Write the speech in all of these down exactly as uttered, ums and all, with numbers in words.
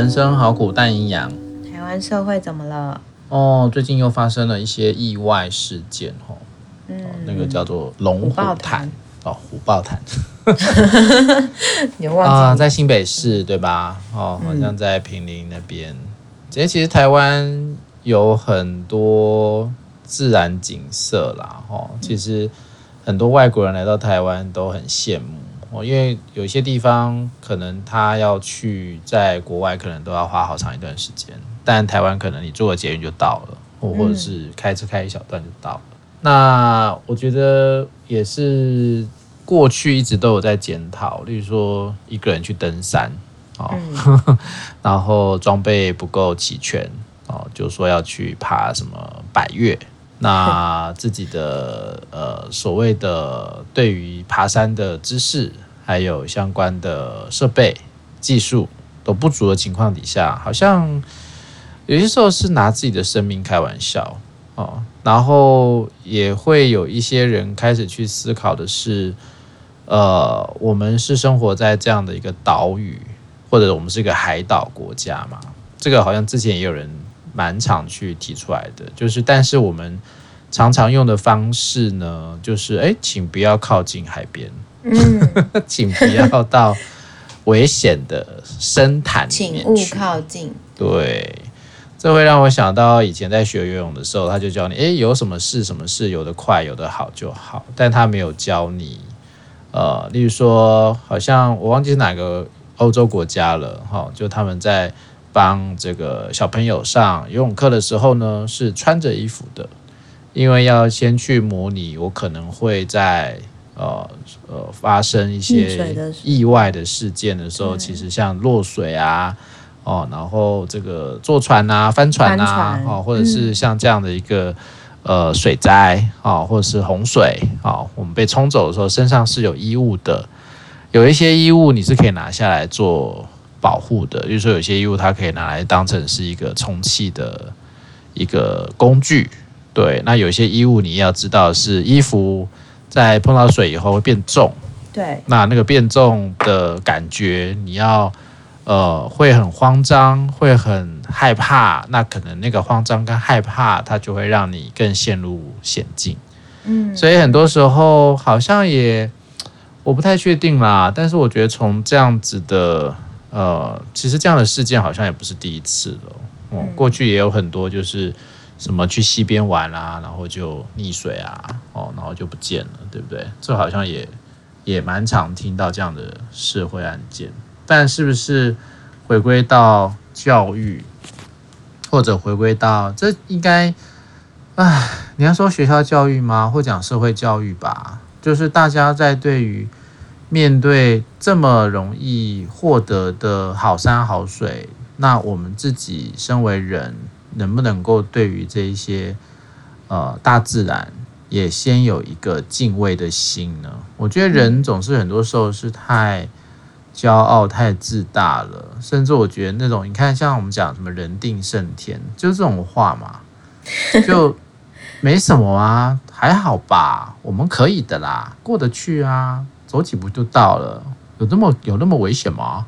人生好苦但营养。 台湾社会怎么了？ 哦，最近又发生了一些意外事件哦，嗯哦那个叫做龙虎潭哦，虎豹潭。 你忘记、 啊、在新北市对吧？哦，好像在坪林那边。其实，其实台湾有很多自然景色啦，哦，其实很多外国人来到台湾都很羡慕哦，因为有些地方可能他要去，在国外可能都要花好长一段时间，但台湾可能你坐个捷运就到了，或或者是开车开一小段就到了。嗯、那我觉得也是。过去一直都有在检讨，例如说一个人去登山，哦嗯、然后装备不够齐全，哦，就说要去爬什么百岳，那自己的呃所谓的对于爬山的知识，还有相关的设备技术都不足的情况底下，好像有些时候是拿自己的生命开玩笑。哦，然后也会有一些人开始去思考的是，呃，我们是生活在这样的一个岛屿，或者我们是一个海岛国家嘛？这个好像之前也有人蛮常去提出来的，就是但是我们常常用的方式呢，就是哎，请不要靠近海边，嗯，请不要到危险的深潭里面去， 请勿靠近， 对。这会让我想到以前在学游泳的时候，他就教你，哎，有什么事什么事，有的快有的好就好，但他没有教你，呃，例如说，好像我忘记是哪个欧洲国家了，哈，就他们在帮这个小朋友上游泳课的时候呢，是穿着衣服的，因为要先去模拟我可能会在呃呃发生一些意外的事件的时候，其实像落水啊。哦，然后这个坐船啊、帆船啊，哦，或者是像这样的一个、嗯、呃水灾啊、哦，或者是洪水啊、哦，我们被冲走的时候，身上是有衣物的。有一些衣物你是可以拿下来做保护的，就是说有些衣物它可以拿来当成是一个充气的一个工具。对，那有些衣物你要知道是衣服在碰到水以后会变重， 对， 那那个变重的感觉你要。呃，会很慌张，会很害怕，那可能那个慌张跟害怕，它就会让你更陷入险境。嗯，所以很多时候好像也我不太确定啦，但是我觉得从这样子的呃，其实这样的事件好像也不是第一次了。哦、嗯，过去也有很多就是什么去溪边玩啊，然后就溺水啊，哦，然后就不见了，对不对？这好像也也蛮常听到这样的社会案件。但是不是回归到教育，或者回归到这应该，唉，你要说学校教育吗？或讲社会教育吧，就是大家在对于面对这么容易获得的好山好水，那我们自己身为人，能不能够对于这一些呃大自然，也先有一个敬畏的心呢？我觉得人总是很多时候是太。骄傲太自大了，甚至我觉得那种你看，像我们讲什么人定胜天，就这种话嘛，就没什么啊，还好吧，我们可以的啦，过得去啊，走几步就到了，有那么有那么危险吗？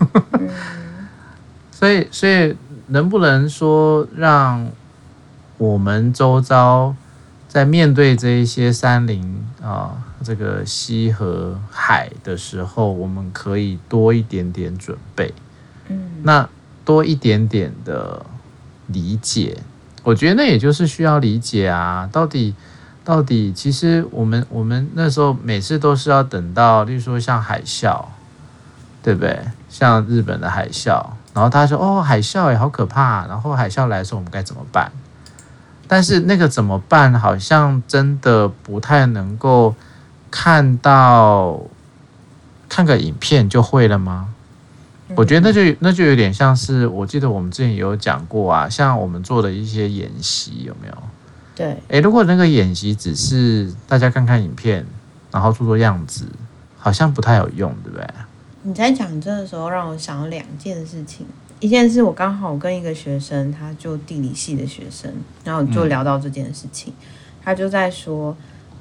所以，所以能不能说让我们周遭在面对这一些山林啊？这个溪和海的时候，我们可以多一点点准备，嗯，那多一点点的理解，我觉得那也就是需要理解啊。到底，到底，其实我们我们那时候每次都是要等到，例如说像海啸，对不对？像日本的海啸，然后他说哦，海啸也好可怕，然后海啸来的时候我们该怎么办？但是那个怎么办，好像真的不太能够。看到看个影片就会了吗？嗯、我觉得那就那就有点像是，我记得我们之前也有讲过啊，像我们做的一些演习有没有？ 对， 哎，如果那个演习只是大家看看影片，然后做做样子，好像不太有用，对不对？ 你在讲这的时候，让我想到两件事情。一件事，我刚好跟一个学生，他就地理系的学生，然后就聊到这件事情，嗯、他就在说。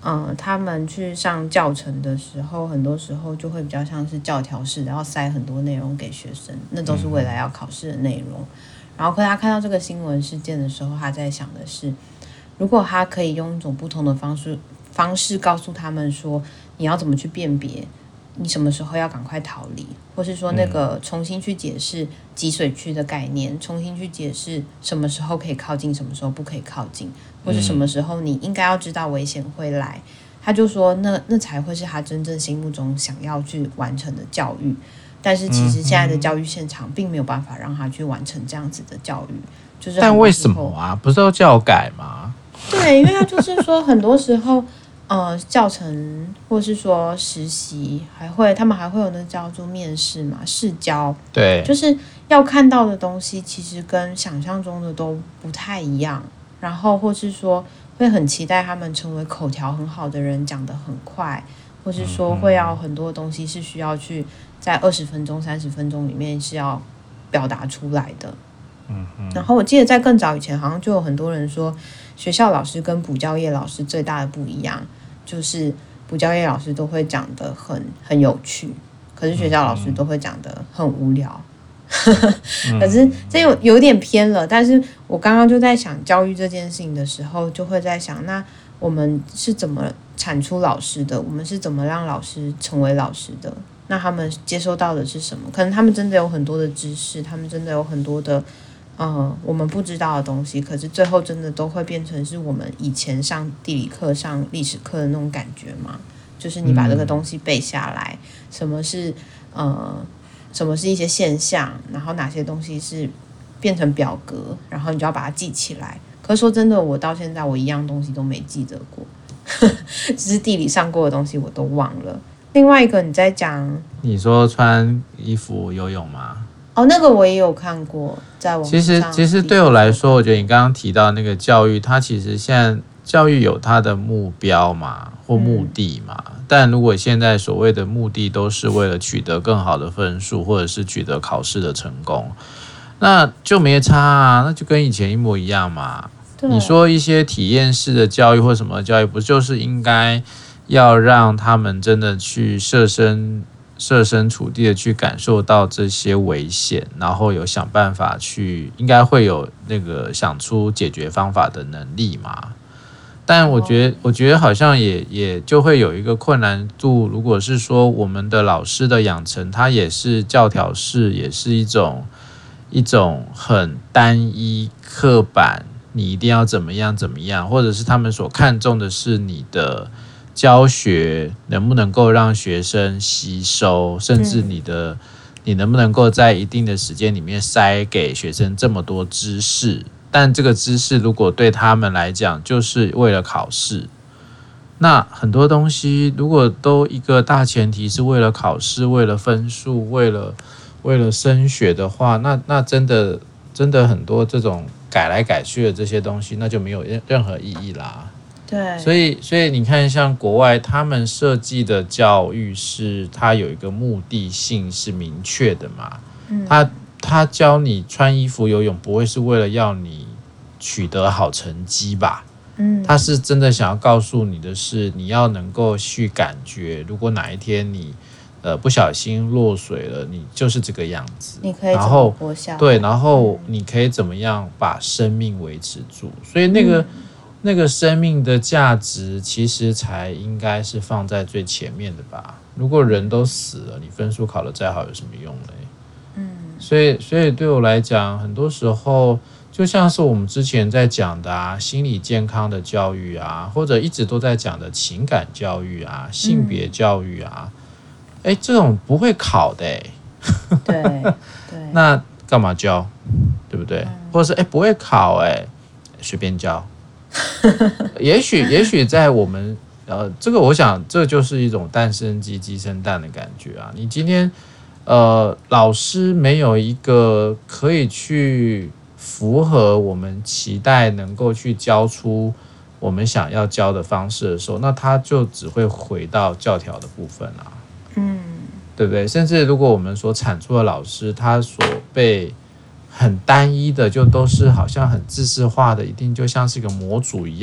呃，他们去上教程的时候，很多时候就会比较像是教条式的，要塞很多内容给学生，那都是未来要考试的内容。然后，可他看到这个新闻事件的时候，他在想的是，如果他可以用一种不同的方式方式告诉他们说，你要怎么去辨别，你什么时候要赶快逃离，或是说那个重新去解释集水区的概念，重新去解释什么时候可以靠近，什么时候不可以靠近，或是什么时候你应该要知道危险会来。他就说那那才会是他真正心目中想要去完成的教育。但是其实现在的教育现场并没有办法让他去完成这样子的教育，就是但为什么啊？不是都教改吗？ 对，因为他就是说很多时候，呃，教程或是说实习，还会他们还会有那叫做面试嘛，试教， 对， 就是要看到的东西其实跟想象中的都不太一样，然后或是说会很期待他们成为口条很好的人，讲得很快，或是说会要很多东西是需要去在二十分钟、三十分钟里面是要表达出来的。嗯，然后我记得在更早以前，好像就有很多人说，学校老师跟补教业老师最大的不一样，就是补教业老师都会讲得很很有趣，可是学校老师都会讲得很无聊。可是这有有点偏了，但是我刚刚就在想教育这件事情的时候，就会在想，那我们是怎么产出老师的？我们是怎么让老师成为老师的？那他们接收到的是什么？可能他们真的有很多的知识，他们真的有很多的呃我们不知道的东西，可是最后真的都会变成是我们以前上地理课、上历史课的那种感觉嘛？就是你把这个东西背下来，嗯、什么是呃什么是一些现象，然后哪些东西是变成表格，然后你就要把它记起来。可是说真的，我到现在我一样东西都没记得过，只是地理上过的东西我都忘了。另外一个你在讲， 你说穿衣服游泳吗？ 哦，那个我也有看过，在网上。 其实，其实对我来说，我觉得你刚刚提到那个教育，它其实现在教育有它的目标嘛，或目的嘛。嗯、但如果现在所谓的目的都是为了取得更好的分数，或者是取得考试的成功，那就没差啊，那就跟以前一模一样嘛。你说一些体验式的教育或什么教育，不就是应该要让他们真的去设身设身处地的去感受到这些危险，然后有想办法去，应该会有那个想出解决方法的能力嘛？但我觉得，我觉得好像也也就会有一个困难度。如果是说我们的老师的养成，它也是教条式，也是一种一种很单一刻板，你一定要怎么样怎么样，或者是他们所看重的是你的教学能不能够让学生吸收，甚至你的、嗯、你能不能够在一定的时间里面塞给学生这么多知识，但这个知识如果对他们来讲就是为了考试，那很多东西如果都一个大前提是为了考试，为了分数，为了为了升学的话，那那真的真的很多这种改来改去的这些东西，那就没有任何意义啦。 对， 所以所以你看，像国外他们设计的教育是，它有一个目的性是明确的嘛。嗯，他他教你穿衣服游泳，不会是为了要你取得好成绩吧？嗯，他是真的想要告诉你的是，你要能够去感觉，如果哪一天你呃不小心落水了，你就是这个样子， 你可以怎么活下来？ 对，然后你可以怎么样把生命维持住？所以那个。嗯那个生命的价值其实才应该是放在最前面的吧。如果人都死了，你分数考得再好有什么用嘞？嗯，所以所以对我来讲，很多时候就像是我们之前在讲的啊，心理健康的教育啊，或者一直都在讲的情感教育啊、性别教育啊，哎、嗯，这种不会考的哎。 对对， 那干嘛教？对不对？嗯、或者是哎不会考哎，随便教。也许也许在我们呃，这个我想这就是一种蛋生鸡鸡生蛋的感觉啊。你今天呃，老师没有一个可以去符合我们期待能够去教出我们想要教的方式的时候，那他就只会回到教条的部分啊。嗯，对不对？甚至如果我们所产出的老师，他所被很单一的，就都是好像很制式化的，一定就像是一个模组一样，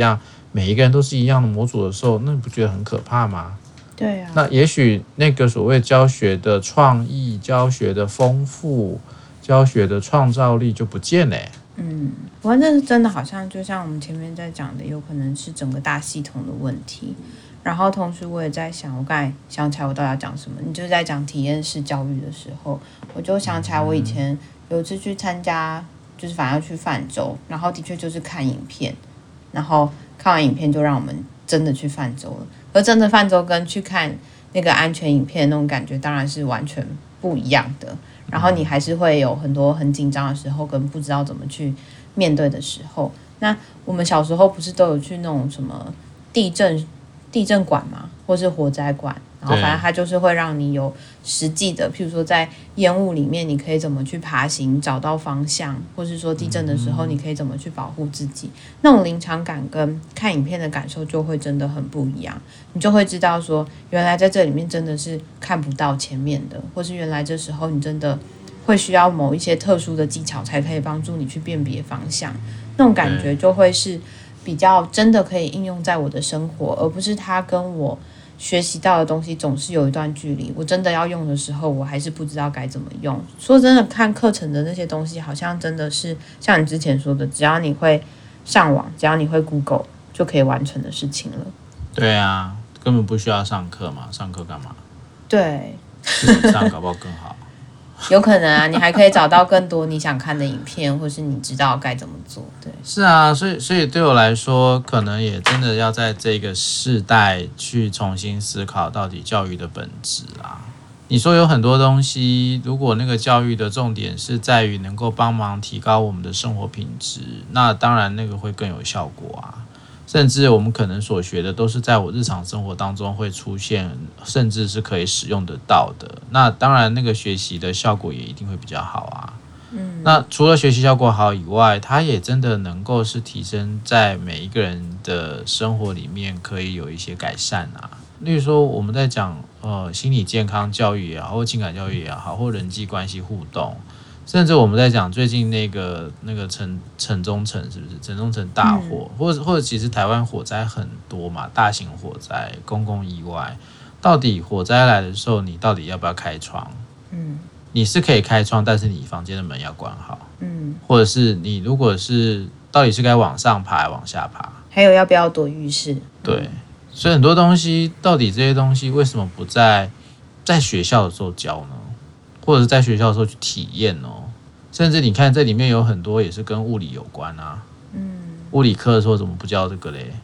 每一个人都是一样的模组的时候，那你不觉得很可怕吗？ 对啊。 那也许那个所谓教学的创意、教学的丰富、教学的创造力就不见了、欸。 嗯，不过这是真的，好像就像我们前面在讲的，有可能是整个大系统的问题。然后同时我也在想，我刚才想起来我到底要讲什么。你就是在讲体验式教育的时候，我就想起来我以前有一次去参加，就是反正要去泛舟，然后的确就是看影片，然后看完影片就让我们真的去泛舟了。而真的泛舟跟去看那个安全影片那种感觉当然是完全不一样的。然后你还是会有很多很紧张的时候，跟不知道怎么去面对的时候。那我们小时候不是都有去那种什么地震地震馆嘛，或是火灾馆，然后反正它就是会让你有实际的，譬如说在烟雾里面你可以怎么去爬行找到方向，或是说地震的时候你可以怎么去保护自己，那种临场感跟看影片的感受就会真的很不一样。你就会知道说原来在这里面真的是看不到前面的，或是原来这时候你真的会需要某一些特殊的技巧才可以帮助你去辨别方向，那种感觉就会是比较真的可以应用在我的生活，而不是它跟我学习到的东西总是有一段距离，我真的要用的时候我还是不知道该怎么用。说真的，看课程的那些东西好像真的是像你之前说的，只要你会上网，只要你会 Google 就可以完成的事情了。 对啊，根本不需要上课嘛，上课干嘛？ 对， 自己上搞不好更好。 有可能啊，你还可以找到更多你想看的影片，或是你知道该怎么做。对， 是啊，所以所以对我来说，可能也真的要在这个世代去重新思考到底教育的本质啊。你说有很多东西，如果那个教育的重点是在于能够帮忙提高我们的生活品质，那当然那个会更有效果啊。甚至我们可能所学的都是在我日常生活当中会出现，甚至是可以使用得到的。那当然，那个学习的效果也一定会比较好啊。嗯，那除了学习效果好以外，它也真的能够是提升在每一个人的生活里面可以有一些改善啊。例如说，我们在讲呃心理健康教育也好，或情感教育也好，或人际关系互动。甚至我们在讲最近那个那个城城中城是不是城中城大火，嗯、或者或者其实台湾火灾很多嘛，大型火灾、公共意外，到底火灾来的时候，你到底要不要开窗？嗯，你是可以开窗，但是你房间的门要关好。嗯，或者是你如果是到底是该往上爬还是往下爬？ 还有要不要躲浴室？ 对，所以很多东西到底这些东西为什么不在在学校的时候教呢？或者是在学校的时候去体验哦，甚至你看这里面有很多也是跟物理有关啊。嗯，物理课的时候怎么不教这个嘞？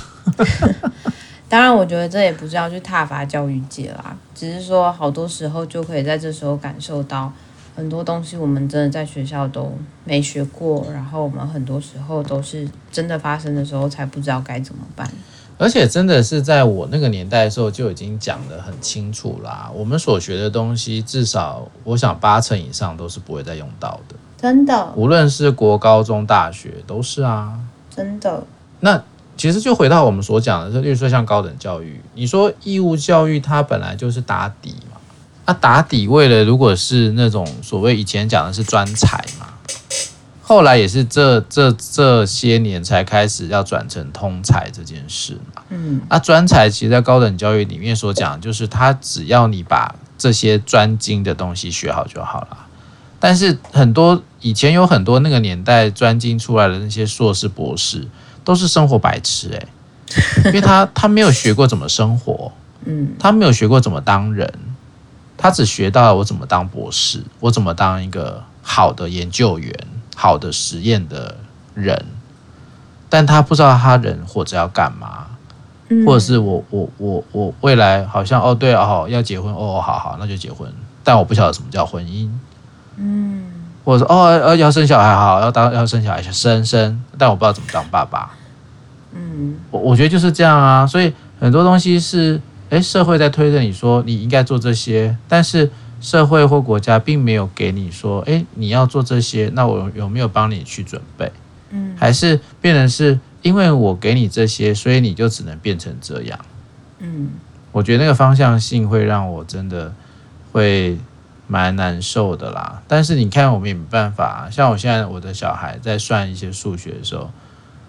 当然，我觉得这也不是要去挞伐教育界啦，只是说好多时候就可以在这时候感受到很多东西，我们真的在学校都没学过，然后我们很多时候都是真的发生的时候才不知道该怎么办。 而且真的是在我那个年代的时候就已经讲得很清楚啦，我们所学的东西至少我想八成以上都是不会再用到的， 真的， 无论是国高中大学都是啊， 真的。 那其实就回到我们所讲的，例如说像高等教育，你说义务教育它本来就是打底嘛，那、啊、打底为了如果是那种所谓以前讲的是专才嘛，后来也是这这这些年才开始要转成通才这件事嘛。嗯，啊，专才其实在高等教育里面所讲，就是他只要你把这些专精的东西学好就好了。但是很多以前有很多那个年代专精出来的那些硕士博士，都是生活白痴哎、欸，因为他他没有学过怎么生活，嗯，他没有学过怎么当人，他只学到了我怎么当博士，我怎么当一个好的研究员。好的实验的人，但他不知道他人活着要干嘛，嗯、或者是我我我我未来好像哦对哦要结婚哦好好那就结婚，但我不晓得什么叫婚姻，嗯，或者说哦要生小孩好要当要生小孩生生，但我不知道怎么当爸爸，嗯，我我觉得就是这样啊，所以很多东西是哎社会在推着你说你应该做这些，但是。社会或国家并没有给你说，哎，你要做这些，那我有没有帮你去准备？嗯，还是变成是因为我给你这些，所以你就只能变成这样。嗯，我觉得那个方向性会让我真的会蛮难受的啦。但是你看，我们也没办法，像我现在我的小孩在算一些数学的时候，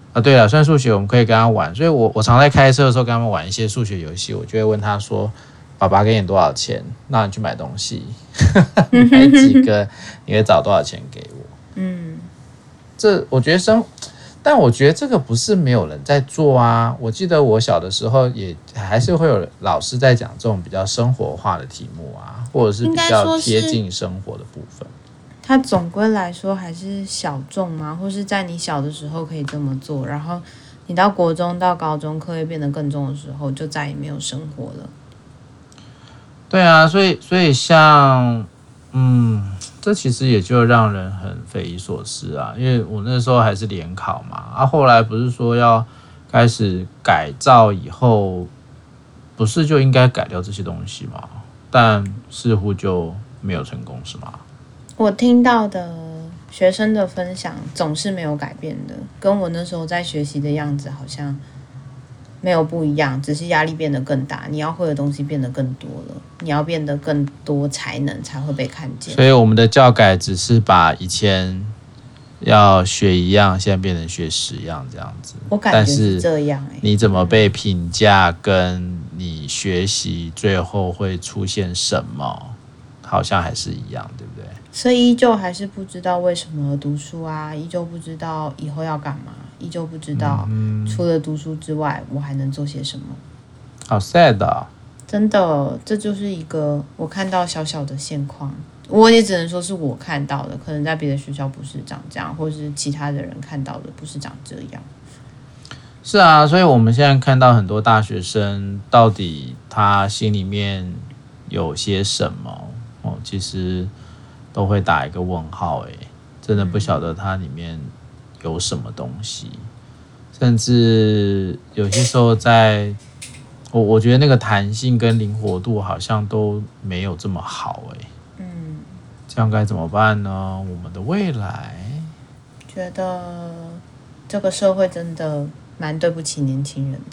啊，对了，算数学我们可以跟他玩，所以我我常在开车的时候跟他们玩一些数学游戏，我就会问他说：爸爸给你多少钱？那你去买东西，买几个，你会找多少钱给我？嗯，这我觉得生，但我觉得这个不是没有人在做啊。我记得我小的时候也还是会有老师在讲这种比较生活化的题目啊，或者是比较贴近生活的部分。 它总归来说还是小众嘛，或是在你小的时候可以这么做，然后你到国中到高中课业变得更重的时候，就再也没有生活了。 对啊，所以所以像嗯，这其实也就让人很匪夷所思啊，因为我那时候还是联考嘛，啊，后来不是说要开始改造以后，不是就应该改掉这些东西吗？但似乎就没有成功，是吗？ 我听到的学生的分享总是没有改变的，跟我那时候在学习的样子好像没有不一样，只是压力变得更大，你要会的东西变得更多了，你要变得更多才能才会被看见。 所以我们的教改只是把以前要学一样，现在变成学十样这样子。 我感觉是这样、欸、 你怎么被评价，跟你学习最后会出现什么，好像还是一样，对不对？ 所以依旧还是不知道为什么读书啊，依旧不知道以后要干嘛，依旧不知道除了读书之外我还能做些什么。 好 sad 啊、哦！ 真的，这就是一个我看到小小的现况，我也只能说是我看到的，可能在别的学校不是长这样，或是其他的人看到的不是长这样。 是啊，所以我们现在看到很多大学生，到底他心里面有些什么哦，其实都会打一个问号，哎，真的不晓得它里面有什么东西，甚至有些时候在，我我觉得那个弹性跟灵活度好像都没有这么好，哎，嗯，这样该怎么办呢？我们的未来， 觉得这个社会真的蛮对不起年轻人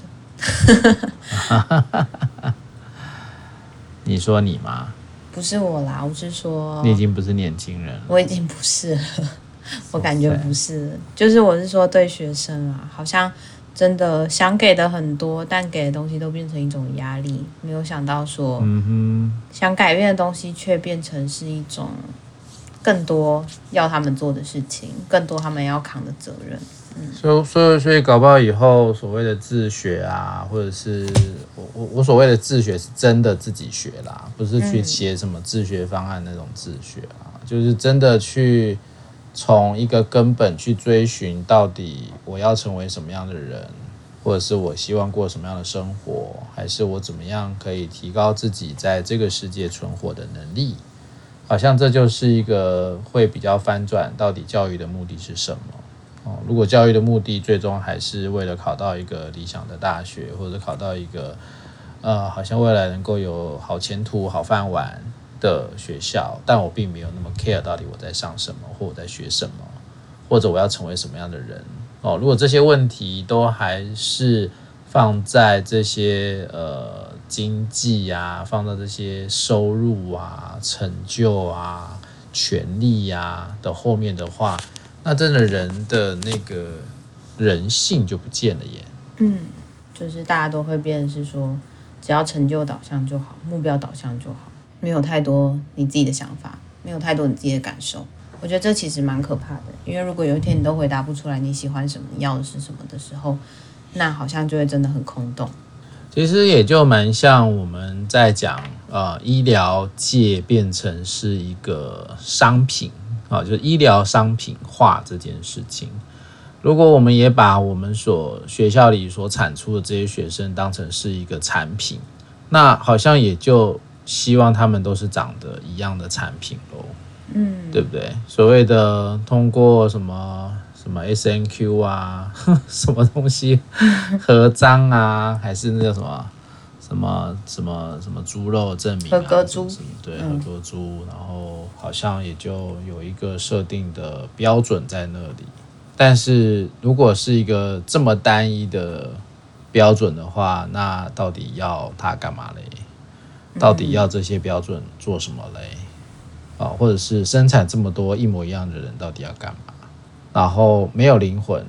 的。 你说你吗？ 不是我啦，我是说你已经不是年轻人了。 我已经不是了，我感觉不是了，就是我是说对学生啊，好像真的想给的很多，但给的东西都变成一种压力，没有想到说，嗯哼，想改变的东西却变成是一种更多要他们做的事情，更多他们要扛的责任。嗯、 所以，所以，所以，搞不好以后所谓的自学啊，或者是我我我所谓的自学是真的自己学啦，不是去写什么自学方案那种自学啊，嗯、就是真的去从一个根本去追寻，到底我要成为什么样的人，或者是我希望过什么样的生活，还是我怎么样可以提高自己在这个世界存活的能力。好像这就是一个会比较翻转，到底教育的目的是什么。如果教育的目的最终还是为了考到一个理想的大学，或者考到一个呃，好像未来能够有好前途、好饭碗的学校，但我并没有那么 care 到底我在上什么，或我在学什么，或者我要成为什么样的人。哦，如果这些问题都还是放在这些呃经济啊，放到这些收入啊、成就啊、权利啊的后面的话，那真的人的那个人性就不见了耶。 嗯，就是大家都会变成是说，只要成就导向就好，目标导向就好，没有太多你自己的想法，没有太多你自己的感受。我觉得这其实蛮可怕的，因为如果有一天你都回答不出来你喜欢什么、你要的是什么的时候，那好像就会真的很空洞。 其实也就蛮像我们在讲，呃，医疗界变成是一个商品。啊，就是医疗商品化这件事情，如果我们也把我们所学校里所产出的这些学生当成是一个产品，那好像也就希望他们都是长得一样的产品咯，嗯，对不对？所谓的通过什么什么 S N Q 啊，什么东西合章啊，还是那叫什么？什么什么什么猪肉证明、啊、 合格猪， 对，合格猪，然后好像也就有一个设定的标准在那里。但是如果是一个这么单一的标准的话，那到底要它干嘛嘞？到底要这些标准做什么嘞？啊，或者是生产这么多一模一样的人，到底要干嘛？然后没有灵魂，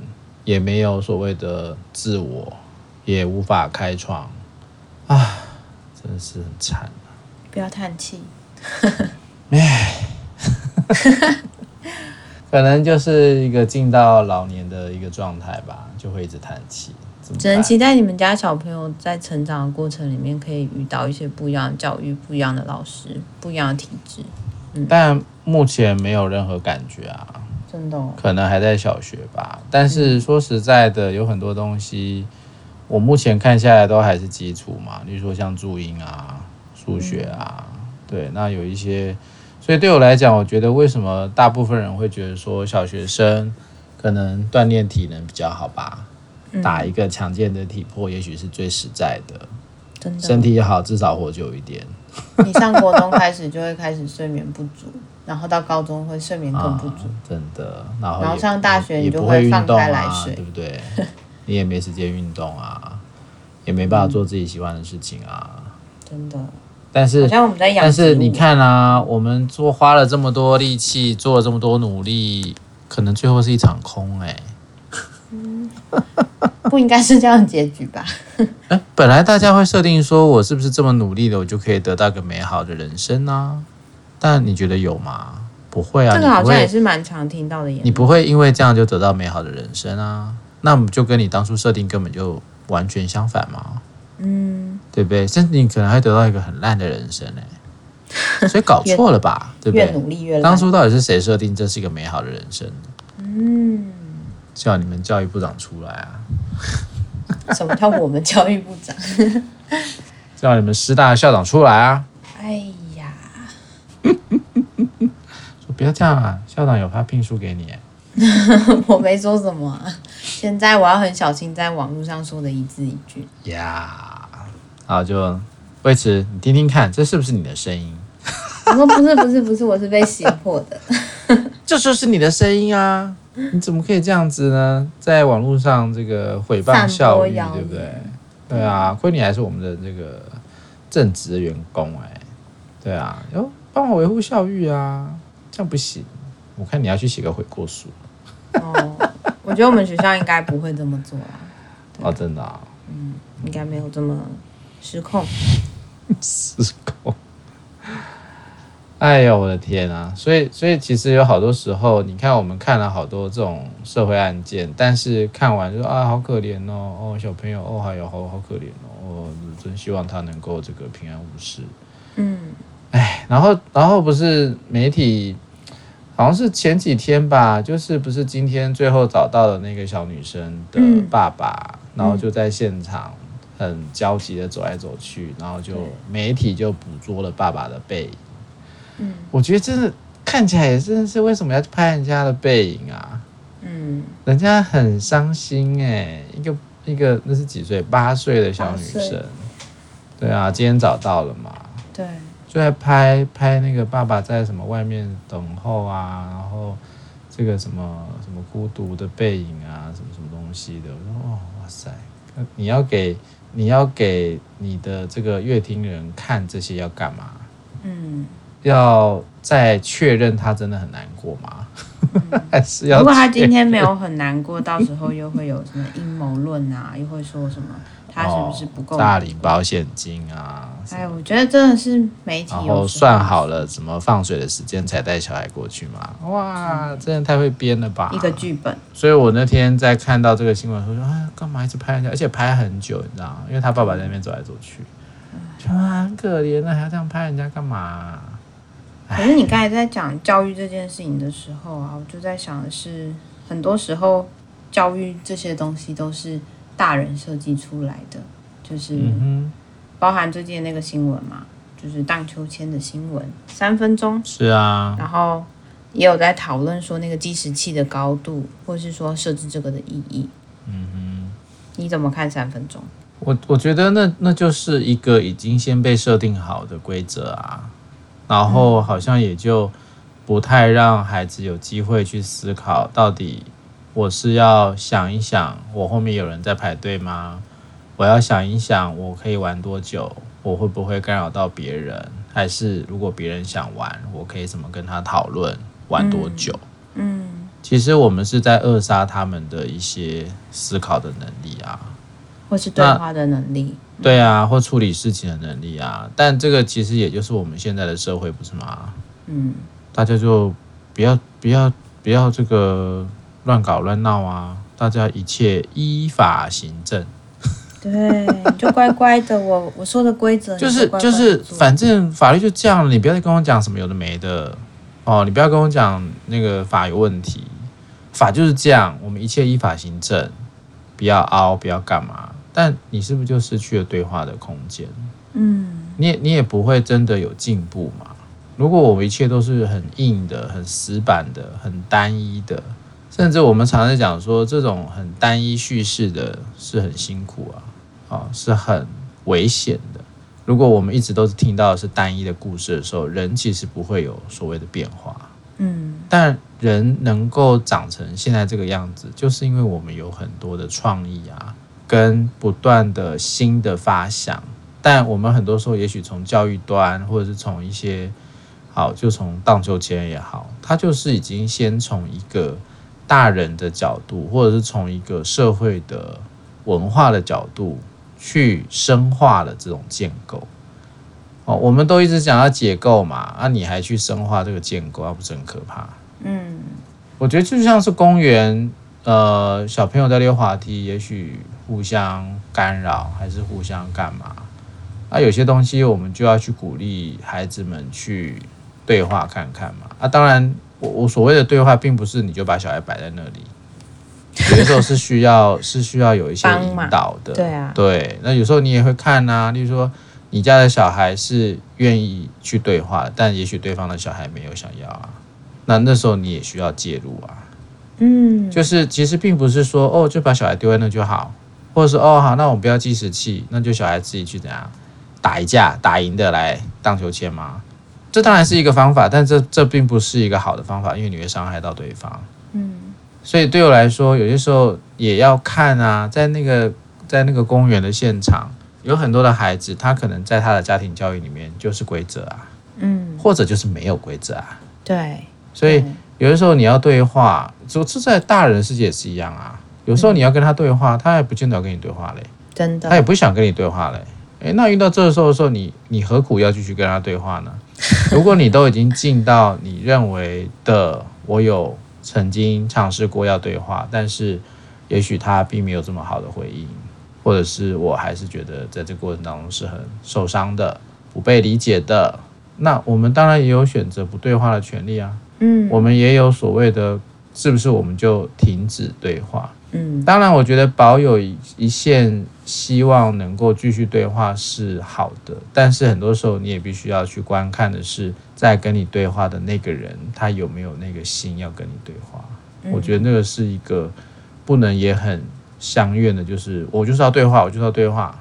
也没有所谓的自我，也无法开创啊，真的是很惨、啊、 不要叹气。 可能就是一个进到老年的一个状态吧，就会一直叹气。 只能期待你们家小朋友在成长的过程里面可以遇到一些不一样的教育、不一样的老师、不一样的体制。 嗯、但目前没有任何感觉啊， 真的、哦， 可能还在小学吧。但是说实在的，有很多东西我目前看下来都还是基础嘛，例如说像注音啊、数学啊，嗯、对，那有一些。所以对我来讲，我觉得为什么大部分人会觉得说小学生可能锻炼体能比较好吧，嗯、打一个强健的体魄也许是最实在的，真的身体好至少活久一点。 你上国中开始就会开始睡眠不足，然后到高中会睡眠更不足，啊、 真的。然后然后上大学你就会放开来睡， 啊、对不对？你也没时间运动啊，也没办法做自己喜欢的事情啊， 真的。 但是， 好像我们在养但是你看啊，我们做花了这么多力气，做了这么多努力，可能最后是一场空哎、欸嗯。不应该是这样的结局吧？ 欸、本来大家会设定说，我是不是这么努力的，我就可以得到一个美好的人生呢、啊？但你觉得有吗？不会啊， 这个好像也是蛮常听到的言论。 你不会因为这样就得到美好的人生啊？那我们就跟你当初设定根本就完全相反嘛。嗯，对不对？甚至你可能会得到一个很烂的人生哎、欸，所以搞错了吧？对不对？ 越努力越烂。 当初到底是谁设定这是一个美好的人生？嗯，叫你们教育部长出来啊！ 什么叫我们教育部长？ 叫你们师大的校长出来啊！ 哎呀， 说不要这样啊！校长有发聘书给你、欸， 我没说什么、啊。现在我要很小心在网络上说的一字一句。 呀，好，就魏迟，你听听看，这是不是你的声音？ 我说不是不是不是，我是被胁迫的。 这就是你的声音啊！你怎么可以这样子呢？在网络上这个诽谤校育，对不对？对啊，亏你还是我们的这个正职的员工哎、欸，对啊，要帮我维护校育啊，这样不行。我看你要去写个悔过书。 哦，我觉得我们学校应该不会这么做啊。 哦，真的啊？ 嗯，应该没有这么失控。 失控。哎呦，我的天啊！所以，所以其实有好多时候，你看我们看了好多这种社会案件，但是看完就说啊，好可怜哦，哦，小朋友，哦，还有好好可怜哦，哦，真希望他能够这个平安无事。嗯，哎，然后，然后不是媒体，好像是前几天吧，就是不是今天最后找到的那个小女生的爸爸，嗯、然后就在现场很焦急的走来走去，然后就媒体就捕捉了爸爸的背影。嗯，我觉得真的看起来也真的是为什么要去拍人家的背影啊？嗯，人家很伤心哎、欸，一个一个那是几岁？八岁的小女生，对啊，今天找到了嘛？对，就在拍拍那个爸爸在什么外面等候啊，然后这个什么什么孤独的背影啊，什么什么东西的，我说哦，哇塞，你要给你要给你的这个乐听人看这些要干嘛？嗯。要再确认他真的很难过吗？嗯、还是要？ 如果他今天没有很难过，到时候又会有什么阴谋论啊？又会说什么他是不是不够诈领保险金啊？ 哎，我觉得真的是媒体有然后算好了怎么放水的时间才带小孩过去嘛？哇，真的太会编了吧！ 一个剧本。 所以我那天在看到这个新闻说，哎，干嘛一直拍人家？而且拍很久，你知道吗？因为他爸爸在那边走来走去，就啊很可怜啊，还要这样拍人家干嘛、啊？ 可是你刚才在讲教育这件事情的时候啊，我就在想的是，很多时候教育这些东西都是大人设计出来的，就是包含最近的那个新闻嘛，就是荡秋千的新闻，三分钟是啊， 然后也有在讨论说那个计时器的高度，或是说设置这个的意义。嗯哼，你怎么看三分钟？ 我我觉得那那就是一个已经先被设定好的规则啊。然后好像也就不太让孩子有机会去思考，到底我是要想一想，我后面有人在排队吗？我要想一想，我可以玩多久？我会不会干扰到别人？还是如果别人想玩，我可以怎么跟他讨论？玩多久？嗯， 其实我们是在扼杀他们的一些思考的能力啊， 或是对话的能力。 对啊，或处理事情的能力啊。但这个其实也就是我们现在的社会，不是吗？嗯，大家就不要不要不要这个乱搞乱闹啊，大家一切依法行政。 对，就乖乖的，我我说的规则就是就是，反正法律就这样了，你不要再跟我讲什么有的没的哦，你不要跟我讲那个法有问题，法就是这样，我们一切依法行政，不要凹，不要干嘛。但你是不是就失去了对话的空间？嗯，你也你也不会真的有进步嘛。如果我们一切都是很硬的、很死板的、很单一的，甚至我们常常讲说，这种很单一叙事的是很辛苦啊。哦，是很危险的。如果我们一直都是听到的是单一的故事的时候，人其实不会有所谓的变化。嗯，但人能够长成现在这个样子，就是因为我们有很多的创意啊，跟不断的新的发想。但我们很多时候，也许从教育端，或者是从一些好，就从荡秋千也好，它就是已经先从一个大人的角度，或者是从一个社会的文化的角度。去深化了这种建构、哦、我们都一直讲要解构嘛，啊，你还去深化这个建构，那、啊、不是很可怕？嗯，我觉得就像是公园，呃，小朋友在溜滑梯，也许互相干扰，还是互相干嘛？啊，有些东西我们就要去鼓励孩子们去对话看看嘛。啊，当然我，我所谓的对话，并不是你就把小孩摆在那里。有的时候是需要是需要有一些引导的， 对啊， 对。那有时候你也会看啊，例如说你家的小孩是愿意去对话，但也许对方的小孩没有想要啊，那那时候你也需要介入啊。嗯，就是其实并不是说哦就把小孩丢在那就好，或者说哦好，那我们不要计时器，那就小孩自己去怎样打一架，打赢的来荡秋千吗？这当然是一个方法，但这这并不是一个好的方法，因为你会伤害到对方。嗯。所以对我来说，有些时候也要看啊，在那个在那个公园的现场，有很多的孩子，他可能在他的家庭教育里面就是规则啊，嗯，或者就是没有规则啊， 对。 所以有的时候你要对话，这在大人的世界也是一样啊。有时候你要跟他对话，他也不见得要跟你对话嘞， 真的， 他也不想跟你对话嘞。哎，那遇到这个时候的时候，你你何苦要继续跟他对话呢？如果你都已经进到你认为的，我有。曾经尝试过要对话，但是也许他并没有这么好的回应，或者是我还是觉得在这个过程当中是很受伤的，不被理解的。那我们当然也有选择不对话的权利啊。嗯，我们也有所谓的，是不是我们就停止对话？嗯，当然，我觉得保有一线希望能够继续对话是好的，但是很多时候你也必须要去观看的是，在跟你对话的那个人，他有没有那个心要跟你对话。嗯、我觉得那个是一个不能也很相愿的，就是我就是要对话，我就是要对话。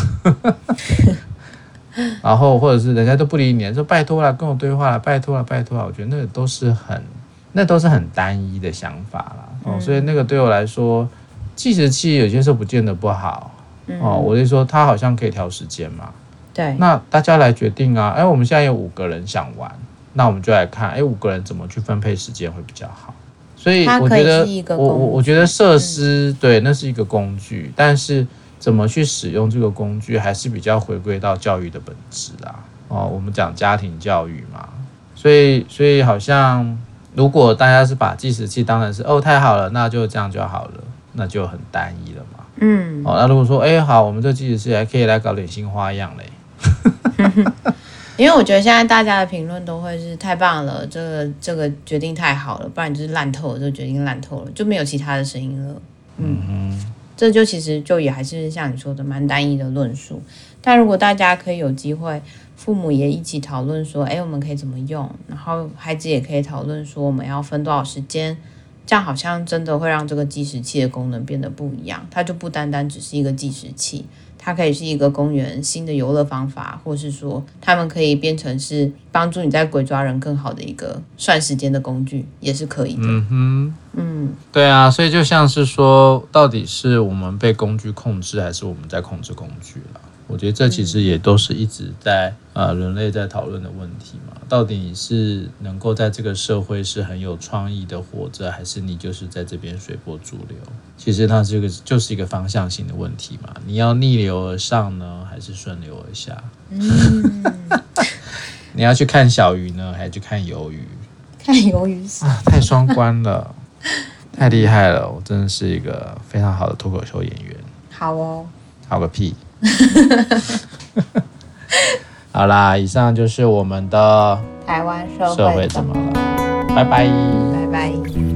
然后或者是人家都不理你，说拜托啦，跟我对话啦，拜托啦，拜托啦，我觉得那个都是很。那都是很单一的想法啦、哦、所以那个对我来说，计时器有些时候不见得不好、哦、我是说它好像可以调时间嘛， 对， 那大家来决定啊。哎，我们现在有五个人想玩，那我们就来看，哎，五个人怎么去分配时间会比较好。所以我觉得，我我我觉得设施、嗯、对，那是一个工具，但是怎么去使用这个工具，还是比较回归到教育的本质啦。哦，我们讲家庭教育嘛，所以所以好像。如果大家是把计时器当成是哦太好了，那就这样就好了，那就很单一了嘛。嗯，哦，那如果说哎好，我们这计时器还可以来搞点新花样嘞。 因为我觉得现在大家的评论都会是太棒了，这个这个决定太好了，不然就是烂透了，这个决定烂透了，就没有其他的声音了。嗯哼，这就其实就也还是像你说的蛮单一的论述。但如果大家可以有机会。父母也一起讨论说，哎，我们可以怎么用？然后孩子也可以讨论说，我们要分多少时间？这样好像真的会让这个计时器的功能变得不一样。它就不单单只是一个计时器，它可以是一个公园新的游乐方法，或是说，他们可以变成是帮助你在鬼抓人更好的一个算时间的工具，也是可以的。嗯哼， 嗯，对啊，所以就像是说，到底是我们被工具控制，还是我们在控制工具啦？ 我觉得这其实也都是一直在呃人类在讨论的问题嘛。到底你是能够在这个社会是很有创意的活着，还是你就是在这边随波逐流？其实它这个就是一个方向性的问题嘛。你要逆流而上呢，还是顺流而下？嗯，你要去看小鱼呢，还是去看鱿鱼？ 看鱿鱼是、 啊、太双关了，太厉害了！我真的是一个非常好的脱口秀演员。 好哦， 好个屁！好啦，以上就是我们的台湾社社会会怎么怎么了？拜拜， 拜拜。